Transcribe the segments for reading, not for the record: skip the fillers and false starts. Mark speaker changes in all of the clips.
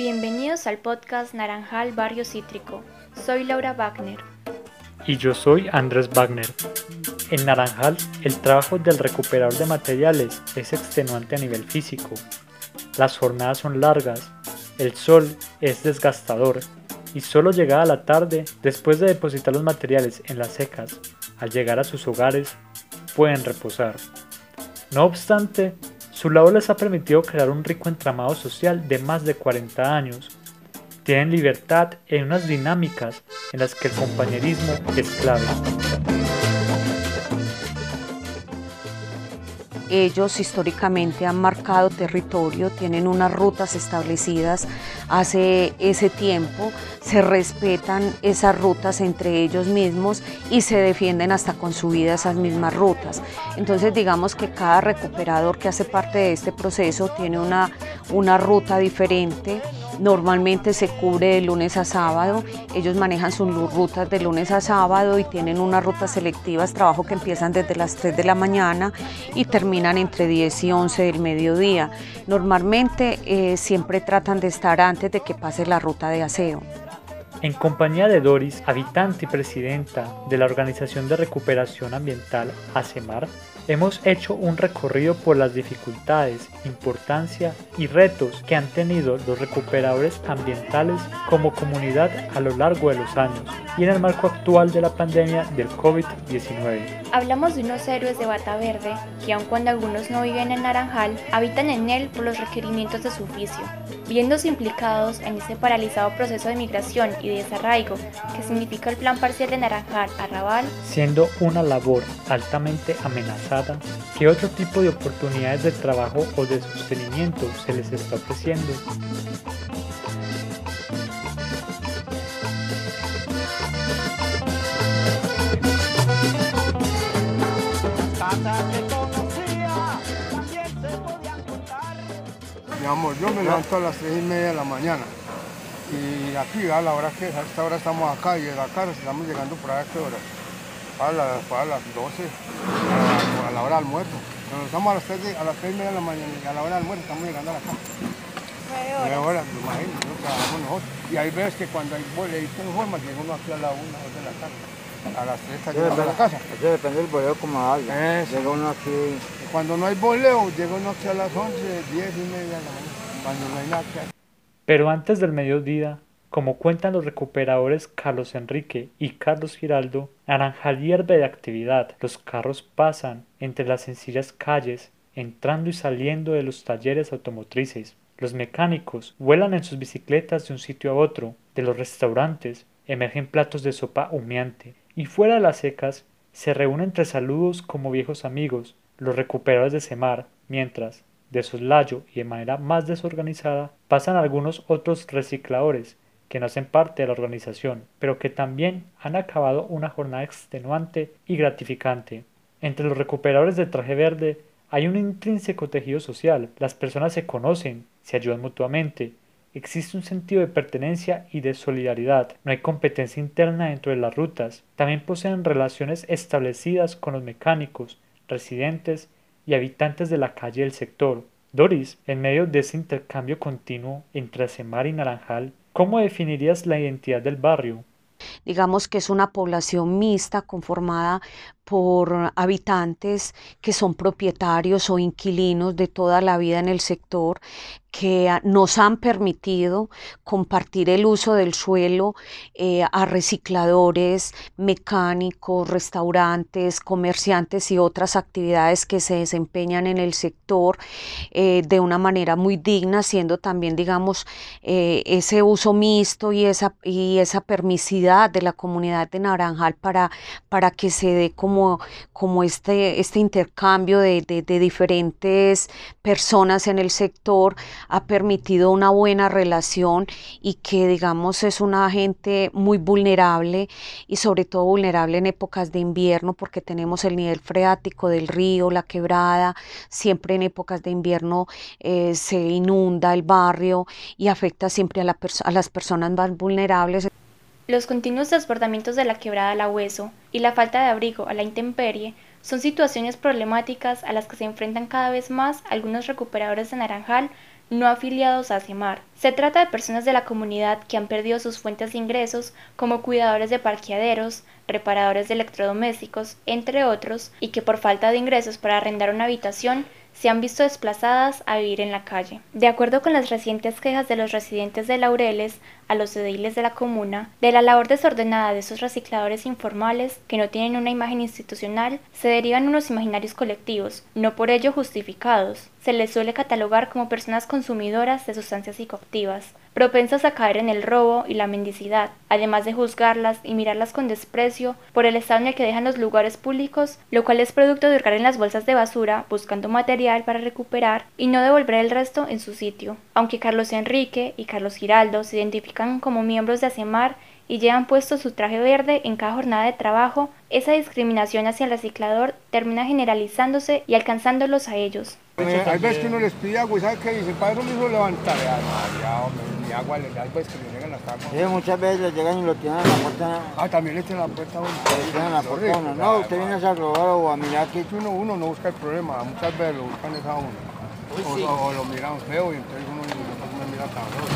Speaker 1: Bienvenidos al podcast Naranjal Barrio Cítrico. Soy Laura Wagner.
Speaker 2: Y yo soy Andrés Wagner. En Naranjal, el trabajo del recuperador de materiales es extenuante a nivel físico. Las jornadas son largas, el sol es desgastador y solo llegada la tarde, después de depositar los materiales en las secas, al llegar a sus hogares, pueden reposar. No obstante, su labor les ha permitido crear un rico entramado social de más de 40 años. Tienen libertad en unas dinámicas en las que el compañerismo es clave.
Speaker 3: Ellos históricamente han marcado territorio, tienen unas rutas establecidas hace ese tiempo, se respetan esas rutas entre ellos mismos y se defienden hasta con su vida esas mismas rutas. Entonces digamos que cada recuperador que hace parte de este proceso tiene una ruta diferente. Normalmente se cubre de lunes a sábado, ellos manejan sus rutas de lunes a sábado y tienen unas rutas selectivas, trabajo que empiezan desde las 3 de la mañana y terminan entre 10 y 11 del mediodía. Normalmente siempre tratan de estar antes de que pase la ruta de aseo.
Speaker 2: En compañía de Doris, habitante y presidenta de la Organización de Recuperación Ambiental ACEMAR, hemos hecho un recorrido por las dificultades, importancia y retos que han tenido los recuperadores ambientales como comunidad a lo largo de los años y en el marco actual de la pandemia del COVID-19.
Speaker 1: Hablamos de unos héroes de bata verde que, aun cuando algunos no viven en Naranjal, habitan en él por los requerimientos de su oficio, viéndose implicados en ese paralizado proceso de migración y de desarraigo que significa el Plan Parcial de Naranjal a Raval,
Speaker 2: siendo una labor altamente amenazada. ¿Qué otro tipo de oportunidades de trabajo o de sostenimiento se les está ofreciendo?
Speaker 4: Mi amor, yo me levanto a las 3:30 de la mañana y aquí a la hora que a esta hora estamos acá y de la casa estamos llegando por ahí a qué hora, a las 12, a la hora del almuerzo. Nos estamos a las 3:30 de la mañana y a la hora del almuerzo estamos llegando a la casa. 9 horas, imagínate, no trabajamos nosotros. Y hay veces que cuando hay boleto en forma, llega uno aquí a la 1 de la tarde. A las 3 está llegando a la casa.
Speaker 5: Eso depende del boleo como haga. Llega uno aquí.
Speaker 4: Cuando no hay boleo, llega uno aquí a las 11, 10:30 de la mañana. Cuando no hay nada que hacer.
Speaker 2: Pero antes del mediodía, como cuentan los recuperadores Carlos Enrique y Carlos Giraldo, Naranjal hierve de actividad. Los carros pasan entre las sencillas calles, entrando y saliendo de los talleres automotrices. Los mecánicos vuelan en sus bicicletas de un sitio a otro. De los restaurantes emergen platos de sopa humeante. Y fuera de las secas, se reúnen entre saludos como viejos amigos los recuperadores de CEMAR, mientras, de soslayo y de manera más desorganizada, pasan algunos otros recicladores que no hacen parte de la organización, pero que también han acabado una jornada extenuante y gratificante. Entre los recuperadores de traje verde hay un intrínseco tejido social. Las personas se conocen, se ayudan mutuamente. Existe un sentido de pertenencia y de solidaridad. No hay competencia interna dentro de las rutas. También poseen relaciones establecidas con los mecánicos, residentes y habitantes de la calle del sector. Doris, en medio de ese intercambio continuo entre ACEMAR y Naranjal, ¿cómo definirías la identidad del barrio?
Speaker 3: Digamos que es una población mixta conformada por habitantes que son propietarios o inquilinos de toda la vida en el sector, que nos han permitido compartir el uso del suelo a recicladores, mecánicos, restaurantes, comerciantes y otras actividades que se desempeñan en el sector de una manera muy digna, siendo también, digamos, ese uso mixto y esa permisividad de la comunidad de Naranjal para que se dé como este intercambio de diferentes personas en el sector, ha permitido una buena relación y que digamos es una gente muy vulnerable y sobre todo vulnerable en épocas de invierno porque tenemos el nivel freático del río, la quebrada, siempre en épocas de invierno se inunda el barrio y afecta siempre a las personas más vulnerables.
Speaker 1: Los continuos desbordamientos de la quebrada La Hueso y la falta de abrigo a la intemperie son situaciones problemáticas a las que se enfrentan cada vez más algunos recuperadores de Naranjal no afiliados a ACEMAR. Se trata de personas de la comunidad que han perdido sus fuentes de ingresos como cuidadores de parqueaderos, reparadores de electrodomésticos, entre otros, y que por falta de ingresos para arrendar una habitación se han visto desplazadas a vivir en la calle. De acuerdo con las recientes quejas de los residentes de Laureles a los ediles de la comuna, de la labor desordenada de esos recicladores informales que no tienen una imagen institucional, se derivan unos imaginarios colectivos, no por ello justificados. Se les suele catalogar como personas consumidoras de sustancias psicoactivas, propensas a caer en el robo y la mendicidad, además de juzgarlas y mirarlas con desprecio por el estado en el que dejan los lugares públicos, lo cual es producto de hurgar en las bolsas de basura buscando material para recuperar y no devolver el resto en su sitio. Aunque Carlos Enrique y Carlos Giraldo se identifican como miembros de ACEMAR y llevan puesto su traje verde en cada jornada de trabajo, esa discriminación hacia el reciclador termina generalizándose y alcanzándolos a ellos.
Speaker 4: Hay veces que uno les pide agua y ¿sabe qué dicen? Padre, me hizo levantar. Mi agua le da, hay veces que le llegan las aguas.
Speaker 5: Sí, muchas veces le llegan y lo tienen en la puerta.
Speaker 4: También le tienen la puerta a uno.
Speaker 5: Le tienen en la puerta a uno. No, usted viene a robar o a mirar aquí.
Speaker 4: Uno no busca el problema, muchas veces lo buscan es a uno. O lo miran feo y entonces uno dice, no me mira tan feo.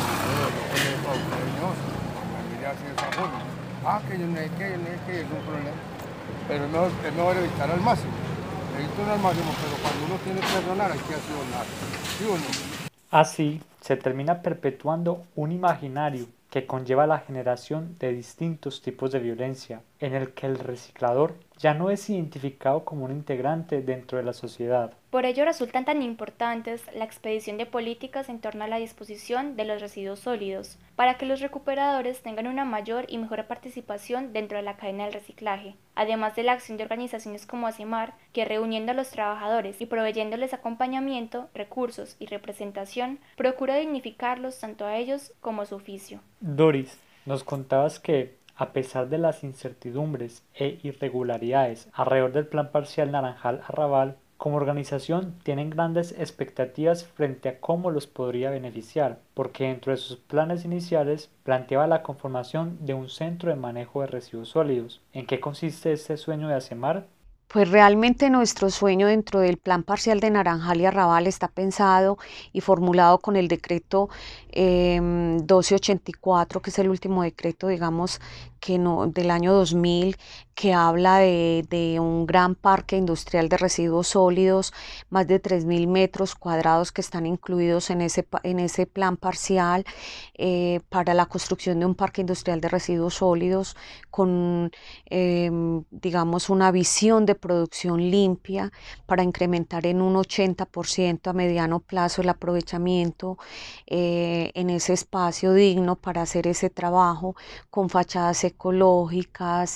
Speaker 4: Me mira así de esa forma. Que yo no es que es un problema. Pero es mejor evitar al máximo. Evitar al máximo, pero cuando uno tiene que donar hay que accionar. ¿Sí o no?
Speaker 2: Así se termina perpetuando un imaginario que conlleva la generación de distintos tipos de violencia, en el que el reciclador ya no es identificado como un integrante dentro de la sociedad.
Speaker 1: Por ello resultan tan importantes la expedición de políticas en torno a la disposición de los residuos sólidos, para que los recuperadores tengan una mayor y mejor participación dentro de la cadena del reciclaje, además de la acción de organizaciones como ACEMAR, que reuniendo a los trabajadores y proveyéndoles acompañamiento, recursos y representación, procura dignificarlos tanto a ellos como a su oficio.
Speaker 2: Doris, nos contabas que, a pesar de las incertidumbres e irregularidades alrededor del Plan Parcial Naranjal-Arrabal, como organización tienen grandes expectativas frente a cómo los podría beneficiar, porque dentro de sus planes iniciales planteaba la conformación de un centro de manejo de residuos sólidos. ¿En qué consiste este sueño de ACEMAR?
Speaker 3: Pues realmente nuestro sueño dentro del Plan Parcial de Naranjal y Arrabal está pensado y formulado con el decreto 1284, que es el último decreto, digamos, del año 2000, que habla de un gran parque industrial de residuos sólidos, más de 3.000 metros cuadrados que están incluidos en ese plan parcial para la construcción de un parque industrial de residuos sólidos con, digamos, una visión de producción limpia para incrementar en un 80% a mediano plazo el aprovechamiento en ese espacio digno para hacer ese trabajo con fachadas ecológicas,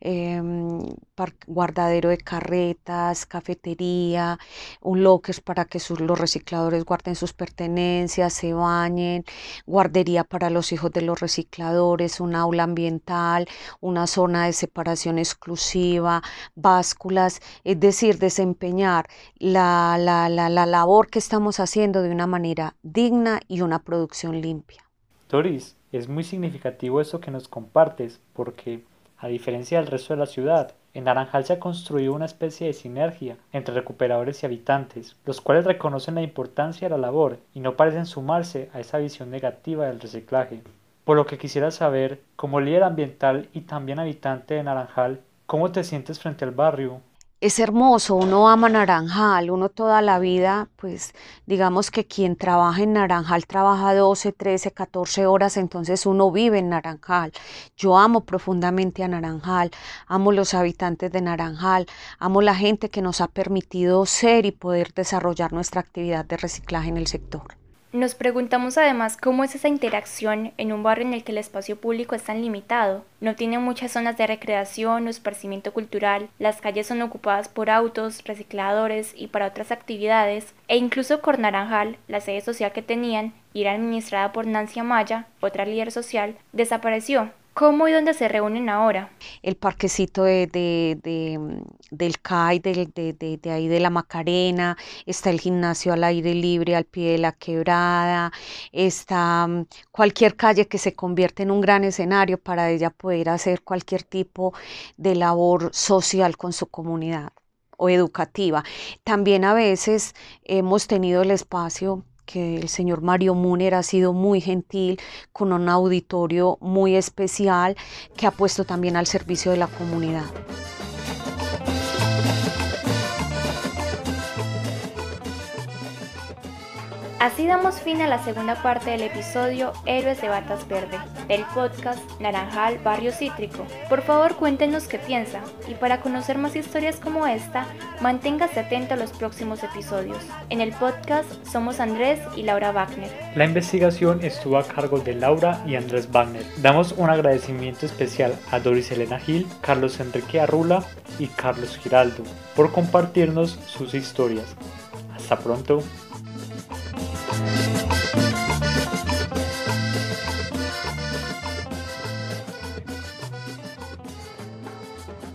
Speaker 3: guardadero de carretas, cafetería, un lockers para que los recicladores guarden sus pertenencias, se bañen, guardería para los hijos de los recicladores, un aula ambiental, una zona de separación exclusiva, básculas, es decir, desempeñar la labor que estamos haciendo de una manera digna y una producción limpia.
Speaker 2: Doris, es muy significativo eso que nos compartes, porque, a diferencia del resto de la ciudad, en Naranjal se ha construido una especie de sinergia entre recuperadores y habitantes, los cuales reconocen la importancia de la labor y no parecen sumarse a esa visión negativa del reciclaje. Por lo que quisiera saber, como líder ambiental y también habitante de Naranjal, ¿cómo te sientes frente al barrio?
Speaker 3: Es hermoso, uno ama Naranjal, uno toda la vida, pues digamos que quien trabaja en Naranjal trabaja 12, 13, 14 horas, entonces uno vive en Naranjal. Yo amo profundamente a Naranjal, amo los habitantes de Naranjal, amo la gente que nos ha permitido ser y poder desarrollar nuestra actividad de reciclaje en el sector.
Speaker 1: Nos preguntamos además cómo es esa interacción en un barrio en el que el espacio público es tan limitado. No tiene muchas zonas de recreación o esparcimiento cultural, las calles son ocupadas por autos, recicladores y para otras actividades, e incluso Cornaranjal, la sede social que tenían, y era administrada por Nancy Amaya, otra líder social, desapareció. ¿Cómo y dónde se reúnen ahora?
Speaker 3: El parquecito del CAI, de ahí de la Macarena, está el gimnasio al aire libre al pie de la quebrada, está cualquier calle que se convierte en un gran escenario para ella poder hacer cualquier tipo de labor social con su comunidad o educativa. También a veces hemos tenido el espacio que el señor Mario Müner ha sido muy gentil, con un auditorio muy especial que ha puesto también al servicio de la comunidad.
Speaker 1: Así damos fin a la segunda parte del episodio Héroes de Batas Verde, del podcast Naranjal Barrio Cítrico. Por favor, cuéntenos qué piensa, y para conocer más historias como esta, manténgase atento a los próximos episodios. En el podcast somos Andrés y Laura Wagner.
Speaker 2: La investigación estuvo a cargo de Laura y Andrés Wagner. Damos un agradecimiento especial a Doris Elena Gil, Carlos Enrique Arrula y Carlos Giraldo por compartirnos sus historias. Hasta pronto.